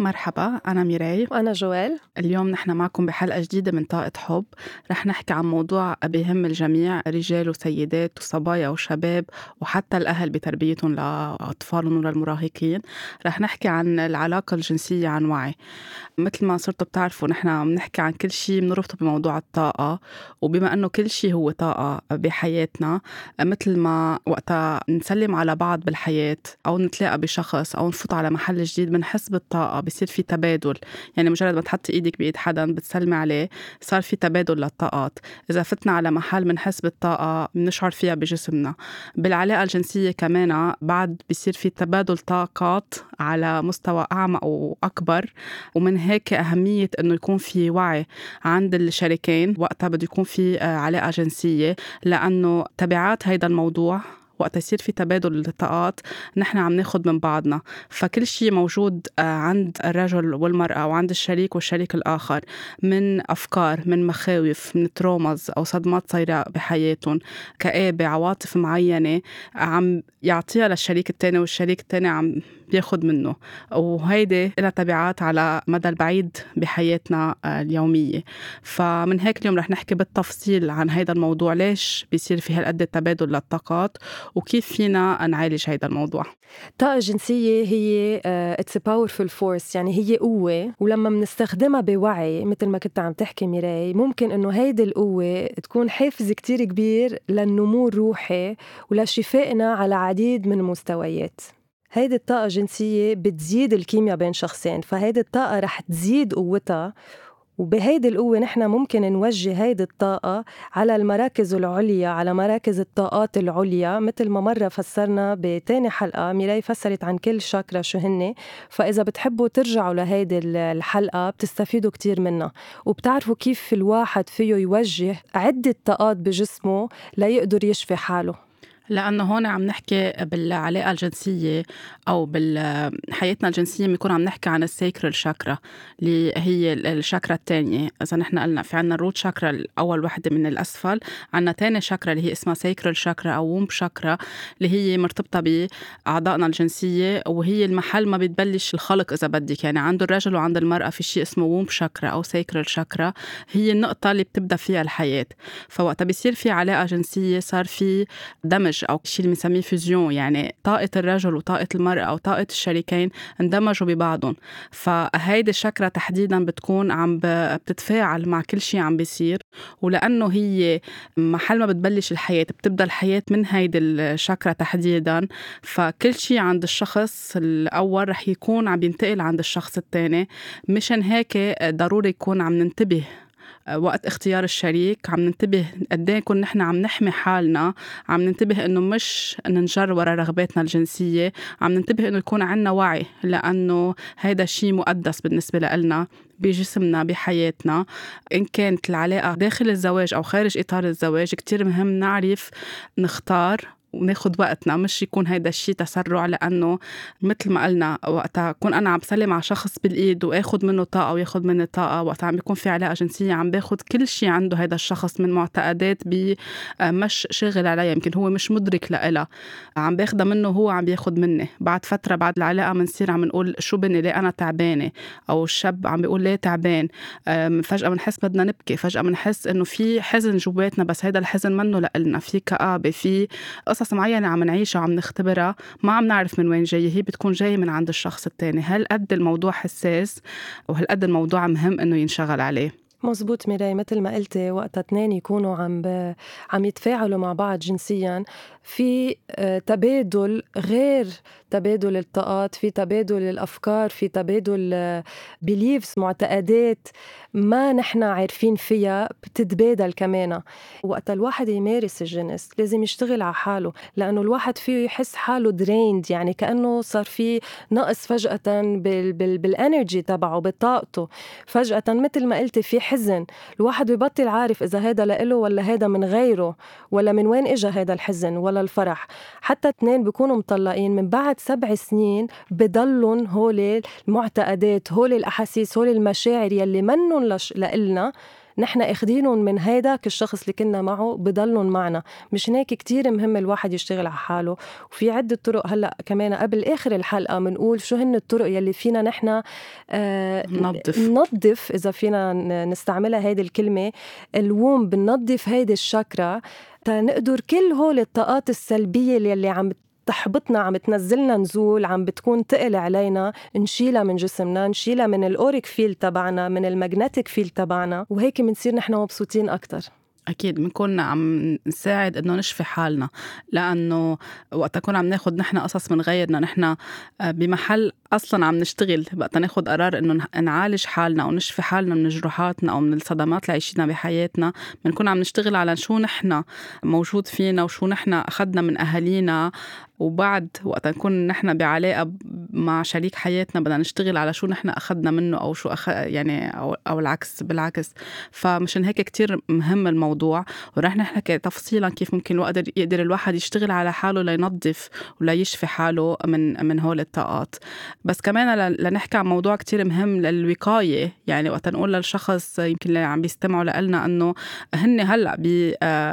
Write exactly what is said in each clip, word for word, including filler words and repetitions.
مرحبا، أنا ميراي وأنا جوال. اليوم نحن معكم بحلقة جديدة من طاقة حب. رح نحكي عن موضوع بيهم الجميع، رجال وسيدات وصبايا وشباب وحتى الأهل بتربيتهم لأطفالهم وللمراهقين. رح نحكي عن العلاقة الجنسية عن وعي. مثل ما صرتوا بتعرفوا نحن بنحكي عن كل شيء بنربطه بموضوع الطاقة، وبما أنه كل شيء هو طاقة بحياتنا، مثل ما وقتها نسلم على بعض بالحياة أو نتلاقى بشخص أو نفوت على محل جديد بنحس بالطاقة، بيصير في تبادل. يعني مجرد ما تحطي إيدك بإيد حدا بتسلمي عليه صار في تبادل للطاقات. إذا فتنا على محل بنحس بالطاقة بنشعر فيها بجسمنا. بالعلاقة الجنسية كمان بعد بيصير في تبادل طاقات على مستوى أعمق وأكبر، ومن هيك أهمية أنه يكون في وعي عند الشريكين وقتها بده يكون في علاقة جنسية، لأنه تبعات هيدا الموضوع وقت يصير في تبادل الطاقات نحن عم ناخد من بعضنا. فكل شيء موجود عند الرجل والمرأة وعند الشريك والشريك الآخر من أفكار، من مخاوف، من ترومز أو صدمات صايرة بحياتهم، كآبة، عواطف معينة عم يعطيها للشريك التاني والشريك التاني عم بياخد منه، وهيدي لها تبعات على مدى البعيد بحياتنا اليومية. فمن هيك اليوم رح نحكي بالتفصيل عن هيدا الموضوع، ليش بيصير في هالقد التبادل للطاقات وكيف فينا نعالج هيدا الموضوع. الطاقة الجنسية هي uh, it's a powerful force، يعني هي قوة، ولما منستخدمها بوعي مثل ما كنت عم تحكي ميراي ممكن إنه هيدي القوة تكون حافز كتير كبير للنمو الروحي ولشفائنا على عديد من المستويات. هيدي الطاقة الجنسية بتزيد الكيمياء بين شخصين، فهيدي الطاقة رح تزيد قوتها، وبهيدي القوة نحن ممكن نوجه هيدي الطاقة على المراكز العليا، على مراكز الطاقات العليا، مثل ما مرة فسرنا بتاني حلقة ميراي فسرت عن كل شاكرا شو هني. فإذا بتحبوا ترجعوا لهيدي الحلقة بتستفيدوا كتير منها، وبتعرفوا كيف الواحد فيه يوجه عدة طاقات بجسمه ليقدر يشفي حاله. لأنه هون عم نحكي بالعلاقة الجنسية أو بالحياتنا الجنسية بنكون عم نحكي عن الساكرال شاكرا اللي هي الشاكرا الثانية. إذا نحن قلنا في عنا الروت شاكرا الأول واحدة من الأسفل، عنا تاني شاكرا اللي هي اسمها ساكرال شاكرا أو وومب شاكرا اللي هي مرتبطة بأعضائنا الجنسية، وهي المحل ما بتبلش الخلق إذا بدك. يعني عند الرجل وعند المرأة في شيء اسمه وومب شاكرا أو ساكرال شاكرا، هي النقطة اللي بتبدأ فيها الحياة. فوقتها بيصير في علاقة جنسية صار في دمج أو شيء اللي بنسميه فيزيون، يعني طاقة الرجل وطاقة المرأة أو طاقة الشريكين اندمجوا ببعضهم. فهيدي الشاكرا تحديدا بتكون عم بتتفاعل مع كل شيء عم بيصير، ولأنه هي محل ما بتبلش الحياة بتبدأ الحياة من هيدي الشاكرا تحديدا. فكل شيء عند الشخص الأول رح يكون عم ينتقل عند الشخص الثاني. مشان هيك ضروري يكون عم ننتبه وقت اختيار الشريك، عم ننتبه قد ايه نكون نحن عم نحمي حالنا، عم ننتبه انه مش ننجر ورا رغباتنا الجنسية، عم ننتبه انه يكون عنا وعي، لانه هيدا شيء مقدس بالنسبة لنا بجسمنا بحياتنا. إن كانت العلاقة داخل الزواج أو خارج إطار الزواج كتير مهم نعرف نختار وناخد وقتنا، مش يكون هيدا الشيء تسرع. لأنه مثل ما قلنا وقتها كون أنا عم سلم على شخص بالإيد وأخد منه طاقة وياخد مني طاقة، وقتها عم بيكون في علاقة جنسية عم باخد كل شيء عنده هيدا الشخص من معتقدات بي مش شاغل عليها، يمكن هو مش مدرك لها، عم باخدها منه هو عم بياخد مني. بعد فترة بعد العلاقة منصير عم نقول شو بني ليه أنا تعبانة، أو الشاب عم بيقول ليه تعبان. فجأة منحس بدنا نبكي، فجأة منحس إنه في حزن جواتنا، بس هيدا الحزن منه لقلنا، في كآبة، في قصص معينة عم نعيشها عم نختبرها ما عم نعرف من وين جاية، هي بتكون جاية من عند الشخص التاني. هل قد الموضوع حساس وهل قد الموضوع مهم إنه ينشغل عليه؟ مزبوط ميراي، مثل ما قلتي وقت اثنين يكونوا عم ب... عم يتفاعلوا مع بعض جنسيا في تبادل غير تبادل الطاقات، في تبادل الأفكار، في تبادل بيليفز، معتقدات ما نحن عارفين فيها بتتبادل كمان. وقت الواحد يمارس الجنس لازم يشتغل على حاله، لأنه الواحد فيه يحس حاله دريند، يعني كأنه صار فيه نقص فجأة بال... بال... بالانرجي تبعه، بطاقته فجأة. مثل ما قلتي في حزن، الواحد بيبطل عارف إذا هيدا لإله ولا هيدا من غيره، ولا من وين إجا هيدا الحزن ولا الفرح. حتى اثنين بيكونوا مطلقين من بعد سبع سنين بضلون هول المعتقدات، هول الأحاسيس، هول المشاعر يلي منن لش لإلنا نحن اخدينهم من هيداك الشخص اللي كنا معه بضلهم معنا. مش هيك كتير مهم الواحد يشتغل على حاله. وفي عدة طرق هلأ كمان قبل آخر الحلقة منقول شو هن الطرق يلي فينا نحن آه ننظف ننظف إذا فينا نستعملها هيدي الكلمة، الووم بننظف هيدي الشاكرا تنقدر كل هول الطاقات السلبية اللي عم تحبطنا، عم تنزلنا نزول، عم بتكون تقل علينا، نشيلها من جسمنا، نشيلها من الأوريك فيل تبعنا، من المagnetic فيل تبعنا، وهيك منصير نحن مبسوطين أكتر. أكيد بنكون عم نساعد إنه نشفي حالنا، لأنه وقت نكون عم ناخد نحن قصص من غيرنا، نحن بمحل أصلاً عم نشتغل وقت ناخد قرار إنه نعالج حالنا أو نشفي حالنا من جروحاتنا أو من الصدمات اللي عايشينها بحياتنا، بنكون عم نشتغل على شو نحن موجود فينا وشو نحن أخدنا من أهالينا. وبعد وقت نكون نحن بعلاقة مع شريك حياتنا بدنا نشتغل على شو نحن أخدنا منه أو شو أخ... يعني أو, أو العكس بالعكس. فمشان هيك كتير مهم الموضوع، ورح نحكي تفصيلا كيف ممكن الواحد يقدر الواحد يشتغل على حاله لينظف ولا يشفي حاله من من هول الطاقات. بس كمان لنحكي عن موضوع كتير مهم للوقاية. يعني وقت نقول للشخص يمكن اللي عم بيستمعوا لنا أنه هن هلأ بي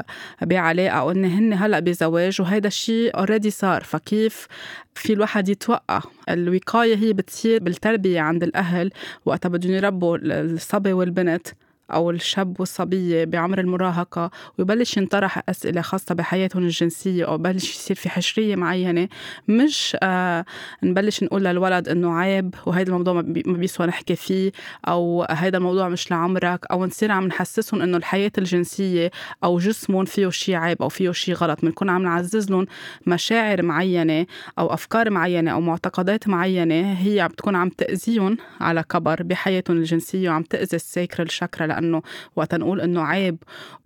بعلاقة أو إن هن هلأ بزواج وهيدا الشيء already صار، فكيف في الواحد يتوقع؟ الوقاية هي بتصير بالتربية عند الأهل وقتها بدهم يربوا الصبي والبنت أو الشاب والصبية بعمر المراهقة، ويبلش ينطرح أسئلة خاصة بحياتهم الجنسية أو بلش يصير في حشرية معينة. مش آه نبلش نقول للولد إنه عيب وهيدا الموضوع ما بيسوى نحكي فيه، أو هيدا الموضوع مش لعمرك، أو نصير عم نحسسهم إنه الحياة الجنسية أو جسمهم فيه شيء عيب أو فيه شيء غلط. بنكون عم نعزز لهم مشاعر معينة أو أفكار معينة أو معتقدات معينة هي عم تكون عم تأذيهم على كبر بحياتهم الجنسية وعم تأذي الساكرال شاكرا. لأنه وقت نقول إنه عيب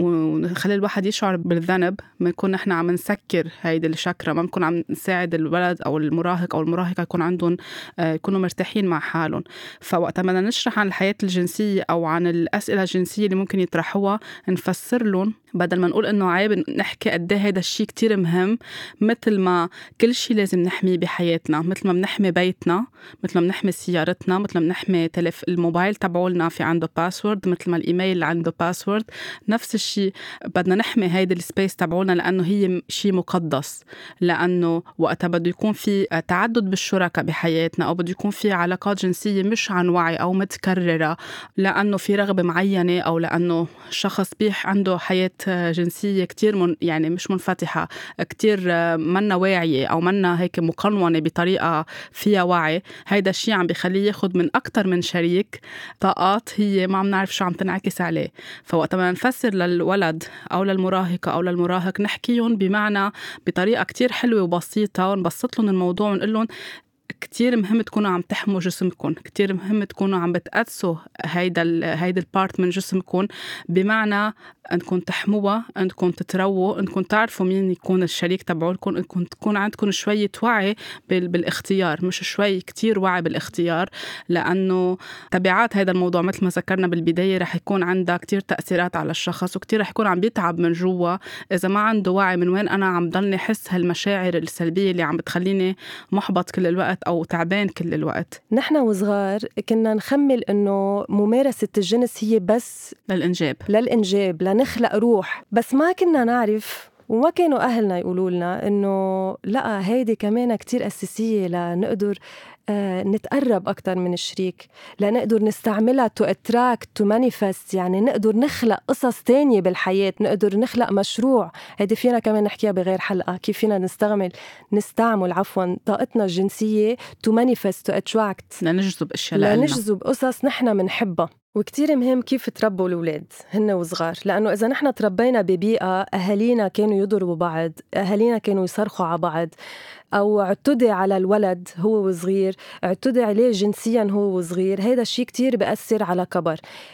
ونخلي الواحد يشعر بالذنب، بنكون نحن عم نسكر هيدي الشاكرا، ما بنكون عم نساعد الولد أو المراهق أو المراهقة يكون عندهم يكونوا مرتاحين مع حالهم. فوقت ما نشرح عن الحياة الجنسية أو عن الأسئلة الجنسية اللي ممكن يطرحوها، نفسر لهم بدل ما نقول إنه عيب، نحكي قد ايه هيدا الشيء كتير مهم. مثل ما كل شيء لازم نحميه بحياتنا، مثل ما بنحمي بيتنا، مثل ما بنحمي سيارتنا، مثل ما بنحمي تلف الموبايل تبعولنا في عنده باسورد، مثل ما الإيميل اللي عنده باسورد، نفس الشيء بدنا نحمي هيدا السبيس تبعولنا لأنه هي شيء مقدس. لأنه وقتها بده يكون في تعدد بالشركاء بحياتنا أو بده يكون في علاقات جنسية مش عن وعي أو متكررة لأنه في رغبة معينة أو لأنه شخص بيح عنده حياة جنسية كتير من يعني مش منفتحة، كتير منا واعية أو منا هيك مقنونة بطريقة فيها وعي. هيدا الشيء عم بيخليه ياخد من أكتر من شريك طاقات هي ما عم نعرف شو عم تنعكس عليه. فوقت ما نفسر للولد أو للمراهقة أو للمراهق نحكيهم بمعنى بطريقة كتير حلوة وبسيطة ونبسط لهم الموضوع ونقول لهم كتير مهم تكونوا عم تحموا جسمكم، كتير مهم تكونوا عم بتقدسوا هيدا ال هيدا البارت من جسمكم، بمعنى أنكم تحموها، أنكم تترووا، أنكم تعرفوا مين يكون الشريك تبعولكم، أنكم تكون عندكم شوية وعي بالاختيار، مش شوي كتير وعي بالاختيار. لأنه تبعات هيدا الموضوع مثل ما ذكرنا بالبداية رح يكون عندها كتير تأثيرات على الشخص، وكتير رح يكون عم بيتعب من جوا إذا ما عنده وعي من وين أنا عم ضلني حس هالمشاعر السلبية اللي عم بتخليني محبط كل الوقت أو تعبان كل الوقت. نحن وصغار كنا نخمل إنه ممارسة الجنس هي بس للإنجاب للإنجاب لنخلق روح، بس ما كنا نعرف وما كانوا أهلنا يقولوا لنا إنه لا، هيدي كمان كتير أساسية لنقدر آه نتقرب أكتر من الشريك، لنقدر نستعملها to attract to manifest، يعني نقدر نخلق قصص تانية بالحياة، نقدر نخلق مشروع. هيدي فينا كمان نحكيها بغير حلقة، كيف فينا نستعمل نستعمل عفوا طاقتنا الجنسية to manifest to attract، لنجذب أشياء لنا، لنجذب قصص نحن منحبها. وكتير مهم كيف تربوا الأولاد هن وصغار، لأنه إذا نحن تربينا ببيئة أهالينا كانوا يضربوا بعض، أهالينا كانوا يصرخوا على بعض، أو اعتدي على الولد هو وصغير، اعتدي عليه جنسيا هو وصغير، هيدا الشيء كتير بيأثر على كبر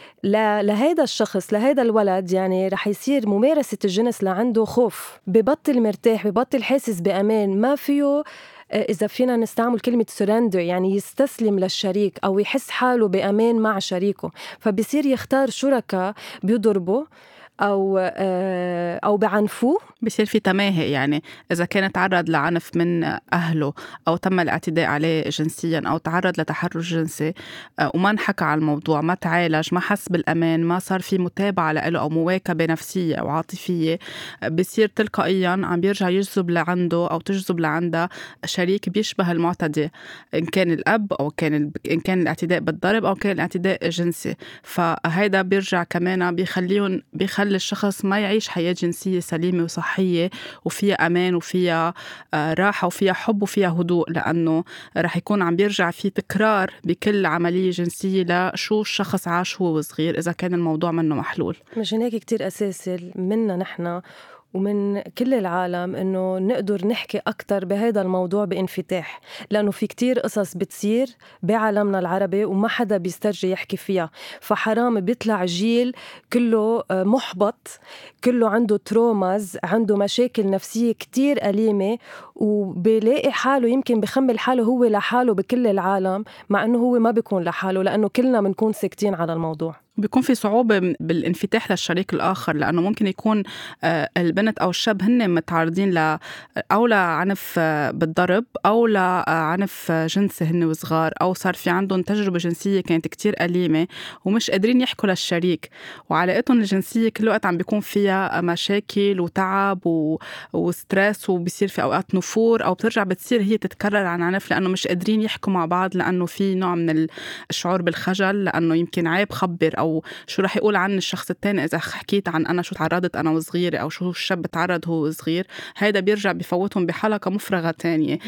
لهيدا الشخص، لهيدا الولد. يعني رح يصير ممارسة الجنس لعنده خوف، ببطل مرتاح، ببطل حاسس بأمان، ما فيه إذا فينا نستعمل كلمة surrender يعني يستسلم للشريك أو يحس حاله بأمان مع شريكه، فبصير يختار شركاء بيضربوا أو أو بعنفوه، بصير في تماهي. يعني إذا كان تعرض لعنف من أهله أو تم الاعتداء عليه جنسيا أو تعرض لتحرش جنسي وما انحكى على الموضوع، ما تعالج، ما حس بالأمان، ما صار في متابعة له أو مواكبة نفسية أو عاطفية، بصير تلقائيا عم بيرجع يجذب لعنده أو تجذب لعنده شريك بيشبه المعتدي، إن كان الأب أو كان إن كان الاعتداء بالضرب أو كان الاعتداء جنسي. فهيدا بيرجع كمان بيخليهم بيخلي الشخص ما يعيش حياة جنسية سليمة وصحية وفيها أمان وفيها راحة وفيها حب وفيها هدوء، لأنه رح يكون عم بيرجع في تكرار بكل عملية جنسية لشو الشخص عاش هو وصغير إذا كان الموضوع منه محلول. مشان هيك كتير أساسي منا نحن ومن كل العالم إنه نقدر نحكي أكتر بهذا الموضوع بانفتاح، لأنه في كتير قصص بتصير بعالمنا العربي وما حدا بيسترجي يحكي فيها. فحرام بيطلع جيل كله محبط، كله عنده تروماز، عنده مشاكل نفسية كتير أليمة، وبيلاقي حاله يمكن بخمل حاله هو لحاله بكل العالم، مع إنه هو ما بيكون لحاله، لأنه كلنا بنكون ساكتين على الموضوع. بيكون في صعوبة بالانفتاح للشريك الآخر، لأنه ممكن يكون البنت أو الشاب هن متعرضين ل أو لعنف بالضرب أو لعنف جنسي هن وصغار، أو صار في عندهم تجربة جنسية كانت كتير أليمة ومش قادرين يحكوا للشريك، وعلاقتهم الجنسية كل وقت عم بيكون فيها مشاكل وتعب و... وستريس، وبيصير في أوقات نفور أو بترجع بتصير هي تتكرر عن عنف، لأنه مش قادرين يحكوا مع بعض، لأنه في نوع من الشعور بالخجل، لأنه يمكن عيب خبر أو شو رح يقول عن الشخص التاني إذا حكيت عن أنا شو تعرضت أنا وصغيرة أو شو الشاب تعرض هو صغير. هيدا بيرجع بفوتهم بحلقة مفرغة تانية.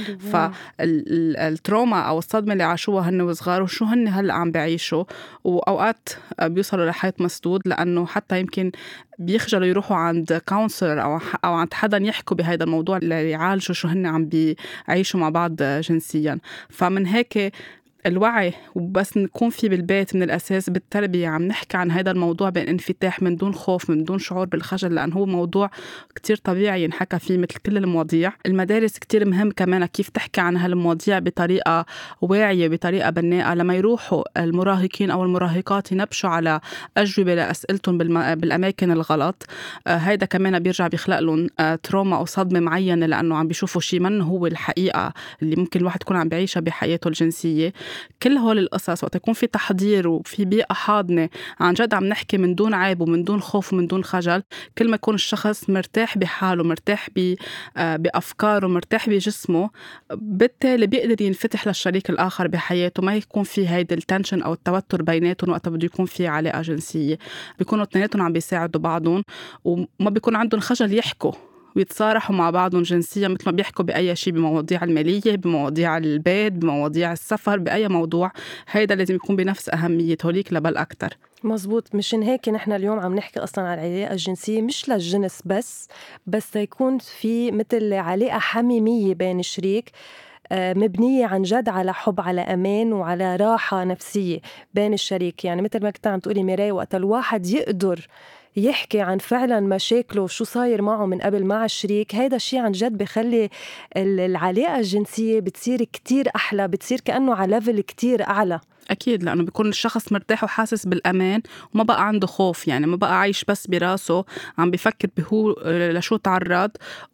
فالتروما أو الصدمة اللي عاشوها هن وصغار وشو هن هلأ عم بعيشوا، وأوقات بيوصلوا لحيط مسدود، لأنه حتى يمكن بيخجلوا يروحوا عند كونسلر أو أو عند حدا يحكوا بهذا الموضوع اللي يعالجوا شو هن عم بيعيشوا مع بعض جنسيا. فمن هيك الوعي وبس نكون في بالبيت من الأساس بالتربية عم نحكي عن هذا الموضوع بانفتاح من دون خوف من دون شعور بالخجل، لأن هو موضوع كتير طبيعي ينحكى فيه مثل كل المواضيع. المدارس كتير مهم كمان كيف تحكي عن هالمواضيع بطريقة واعية بطريقة بناءة، لما يروحوا المراهقين أو المراهقات ينبشوا على أجوبة لأسئلتهم بالأماكن الغلط. آه هيدا كمان بيرجع بيخلق لهم آه تروما أو صدمة معينة، لأنه عم بيشوفوا شيء من هو الحقيقة اللي ممكن الواحد يكون عم بيعيشها بحياته الجنسية. كل هول القصص وقت يكون في تحضير وفي بيئة حاضنة عن جد عم نحكي من دون عيب ومن دون خوف ومن دون خجل، كل ما يكون الشخص مرتاح بحاله، مرتاح بأفكاره، مرتاح بجسمه، بالتالي بيقدر ينفتح للشريك الآخر بحياته، ما يكون في هيدا التنشن أو التوتر بيناتهم وقت بده يكون في علاقة جنسية. بيكونوا اثنيناتهم عم بيساعدوا بعضهم وما بيكون عندهم خجل يحكوا ويتصارحوا مع بعضهم جنسيا مثل ما بيحكوا بأي شيء، بمواضيع المالية، بمواضيع البيت، بمواضيع السفر، بأي موضوع. هيدا لازم يكون بنفس أهمية هوليك لبل أكتر. مزبوط. مشان هيك نحن اليوم عم نحكي أصلاً عن العلاقة الجنسية، مش للجنس بس بس يكون في مثل علاقة حميمية بين الشريك مبنية عن جد على حب، على أمان وعلى راحة نفسية بين الشريك. يعني مثل ما كنت عم تقولي ميراي، وقت الواحد يقدر يحكي عن فعلا مشاكله وشو صاير معه من قبل مع الشريك، هيدا الشيء عن جد بخلي العلاقة الجنسية بتصير كتير أحلى، بتصير كأنه على ليفل كتير أعلى. أكيد، لأنه بيكون الشخص مرتاح وحاسس بالأمان وما بقى عنده خوف، يعني ما بقى عايش بس براسه عم بيفكر بهو لشو تعرض،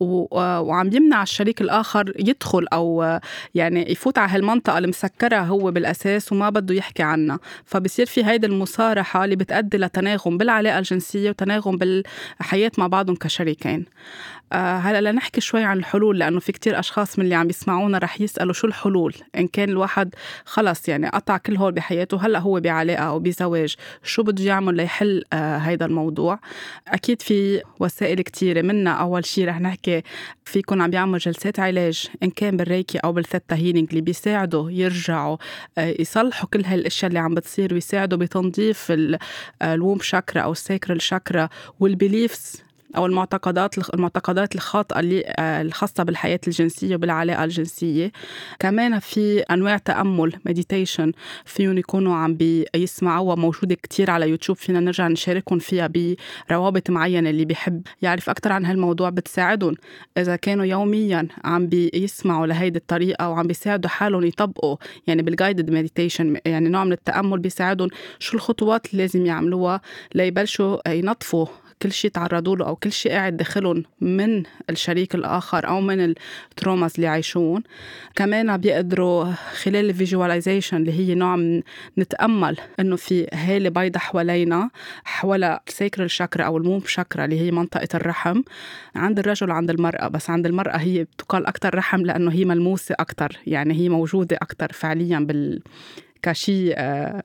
وعم يمنع الشريك الآخر يدخل أو يعني يفوت على هالمنطقة المسكرة هو بالأساس وما بده يحكي عنها. فبصير في هيدا المصارحة اللي بتأدي لتناغم بالعلاقة الجنسية وتناغم بالحياة مع بعضهم كشريكين. آه هلأ لنحكي شوي عن الحلول، لأنه في كتير أشخاص من اللي عم بيسمعونا رح يسألوا شو الحلول إن كان الواحد خلص يعني قطع كل هول بحياته، هلأ هو بعلاقة أو بزواج، شو بده يعمل ليحل آه هيدا الموضوع. أكيد في وسائل كتيرة، منها أول شي رح نحكي فيكن عم بيعمل جلسات علاج إن كان بالريكي أو بالثيتا هيلينج اللي بيساعدوا يرجعوا آه يصلحوا كل هالأشياء اللي عم بتصير ويساعدوا بتنظيف الووم شاكرا أو الساكرال شاكرا والبيليفز أو المعتقدات المعتقدات الخاطئة اللي الخاصة بالحياة الجنسية وبالعلاقة الجنسية. كمان في أنواع تأمل مديتيشن فيهم يكونوا عم بيسمعوها، موجودة كتير على يوتيوب، فينا نرجع نشاركهم فيها بروابط معينة. اللي بيحب يعرف أكتر عن هالموضوع بتساعدهم إذا كانوا يوميا عم بيسمعوا لهيدي الطريقة وعم بيساعدوا حالهم يطبقوا يعني بالجايدد مديتيشن، يعني نوع من التأمل بيساعدهم شو الخطوات اللي لازم يعملوها ليبلشوا ينظفوا كل شيء تعرضوا له أو كل شيء قاعد دخلهم من الشريك الآخر أو من التروماز اللي عايشون. كمان بيقدروا خلال الفيجواليزيشن اللي هي نوع من نتأمل إنه في هالة بيضة حوالينا حول الساكرال شاكرا أو الموم شاكرا اللي هي منطقة الرحم عند الرجل وعند المرأة، بس عند المرأة هي بتقال أكتر رحم لأنه هي ملموسة أكتر، يعني هي موجودة أكتر فعليا بال كشيء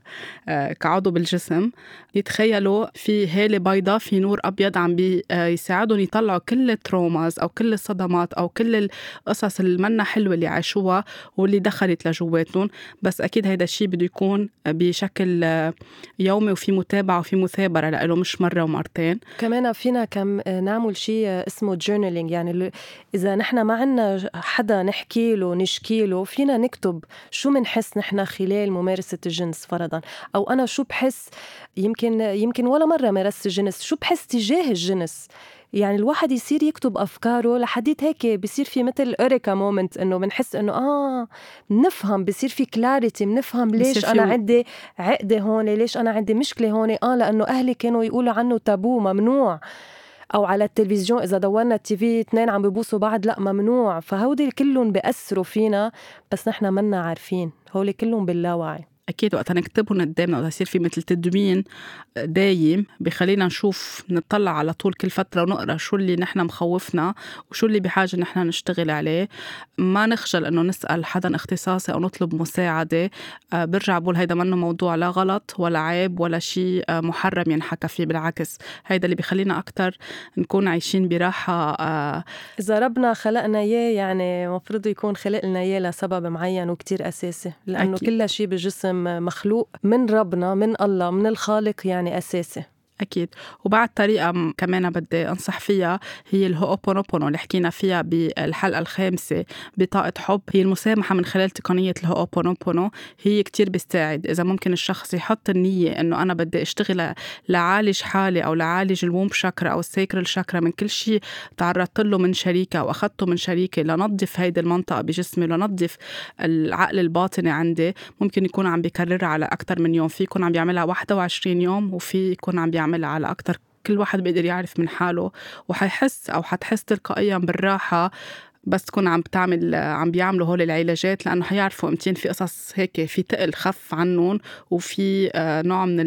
كعضو بالجسم. يتخيلوا في هالة بيضاء في نور أبيض عم بيساعدهم يطلعوا كل التروماز أو كل الصدمات أو كل القصص المنة حلوة اللي عاشوها واللي دخلت لجواتهم. بس أكيد هيدا الشيء بده يكون بشكل يومي وفي متابعة وفي مثابرة لأنه مش مرة ومرتين. كمان فينا كم نعمل شيء اسمه journaling، يعني إذا نحن ما عنا حدا نحكي له نشكي له فينا نكتب شو منحس نحن خلال ممارسة الجنس فرضاً، أو أنا شو بحس يمكن يمكن ولا مرة مارست الجنس، شو بحس تجاه الجنس. يعني الواحد يصير يكتب أفكاره لحديت هيك بيصير في مثل أوريكا مومنت، إنه بنحس إنه آه بنفهم، بيصير في كلاريتي، بنفهم ليش أنا عندي عقدة هون، ليش أنا عندي مشكلة هون. آه لأنه أهلي كانوا يقولوا عنه تابو ممنوع، أو على التلفزيون إذا دورنا التيفي اثنين عم بيبوسوا بعض لا ممنوع. فهودي كلهم بيأثروا فينا بس نحن منا عارفين، هولي كلهم باللاوعي. أكيد وقت نكتبهم قدامنا ويصير في مثل تدوين دايم بخلينا نشوف نطلع على طول كل فترة ونقرأ شو اللي نحن مخوفنا وشو اللي بحاجة نحن نشتغل عليه. ما نخجل أنه نسأل حدا اختصاصي أو نطلب مساعدة. أه برجع بقول هيدا منه موضوع لا غلط ولا عيب ولا شيء محرم ينحكى فيه، بالعكس هيدا اللي بيخلينا أكتر نكون عايشين براحة. أه إذا ربنا خلقنا إياه يعني مفروض يكون خلقنا إياه لسبب معين وكتير أساسي، لأنه أكيد. كل شيء بالجسم مخلوق من ربنا، من الله، من الخالق، يعني أساسي. أكيد. وبعد طريقة كمان بدي أنصح فيها هي الهوبونوبونو اللي حكينا فيها بالحلقة الخامسة بطاقة حب. هي المسامحة من خلال تقنية الهوبونوبونو، هي كتير بيستعد إذا ممكن الشخص يحط النية إنه أنا بدي أشتغل لعالج حالي أو لعالج الووم شاكرا أو الساكرال شاكرا من كل شيء تعرضت له من شريكة أو أخذته من شريكة، لنظف هيدي المنطقة بجسمي، لنظف العقل الباطني عندي. ممكن يكون عم بيكررها على أكتر من يوم، في يكون عم بيعملها واحد وعشرين يوم وفي يكون عم بيعمل على أكتر. كل واحد بيقدر يعرف من حاله وحيحس أو حتحس تلقائيا بالراحة بس تكون عم بتعمل عم بيعملوا هول العلاجات، لأنه حيعرفوا امتين في قصص هيك في تقل خف عنهم وفي نوع من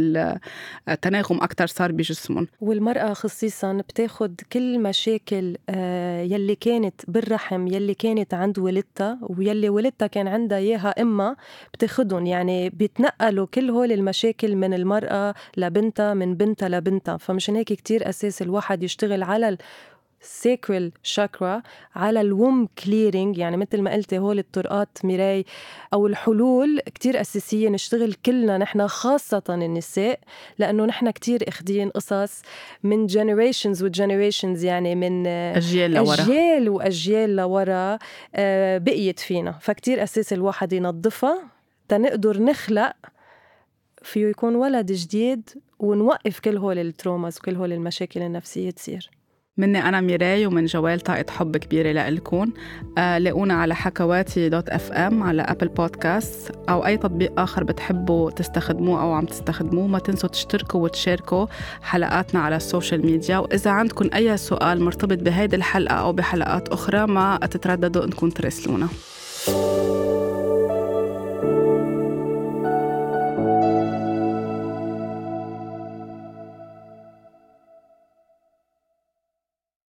التناغم أكتر صار بجسمهم. والمرأة خصيصا بتاخد كل مشاكل يلي كانت بالرحم يلي كانت عند ولدتها ويلي ولدتها كان عندها إياها إما بتاخدهم، يعني بيتنقلوا كل هول المشاكل من المرأة لبنتها من بنتها لبنتها. فمشان هيك كتير أساس الواحد يشتغل على ساكرال شاكرا، على الوم كليرينج، يعني مثل ما قلتي هول الطرقات ميراي أو الحلول كتير أساسية نشتغل كلنا نحن، خاصة النساء، لأنه نحن كتير اخدين قصص من generations و generations، يعني من أجيال لورا أجيال وأجيال لورا بقيت فينا. فكتير أساس الواحد ينظفها تنقدر نخلق فيه يكون ولد جديد ونوقف كل هول التروماز وكل هول المشاكل النفسية تصير. مني أنا ميراي ومن جوال طاقة حب كبيرة لإلكم. آه لاقونا على حكواتي دوت اف ام على أبل بودكاست أو أي تطبيق آخر بتحبوا تستخدموه أو عم تستخدموه. ما تنسوا تشتركوا وتشاركوا حلقاتنا على السوشيال ميديا، وإذا عندكم أي سؤال مرتبط بهيدي الحلقة أو بحلقات أخرى ما تترددوا أنكم ترسلونا.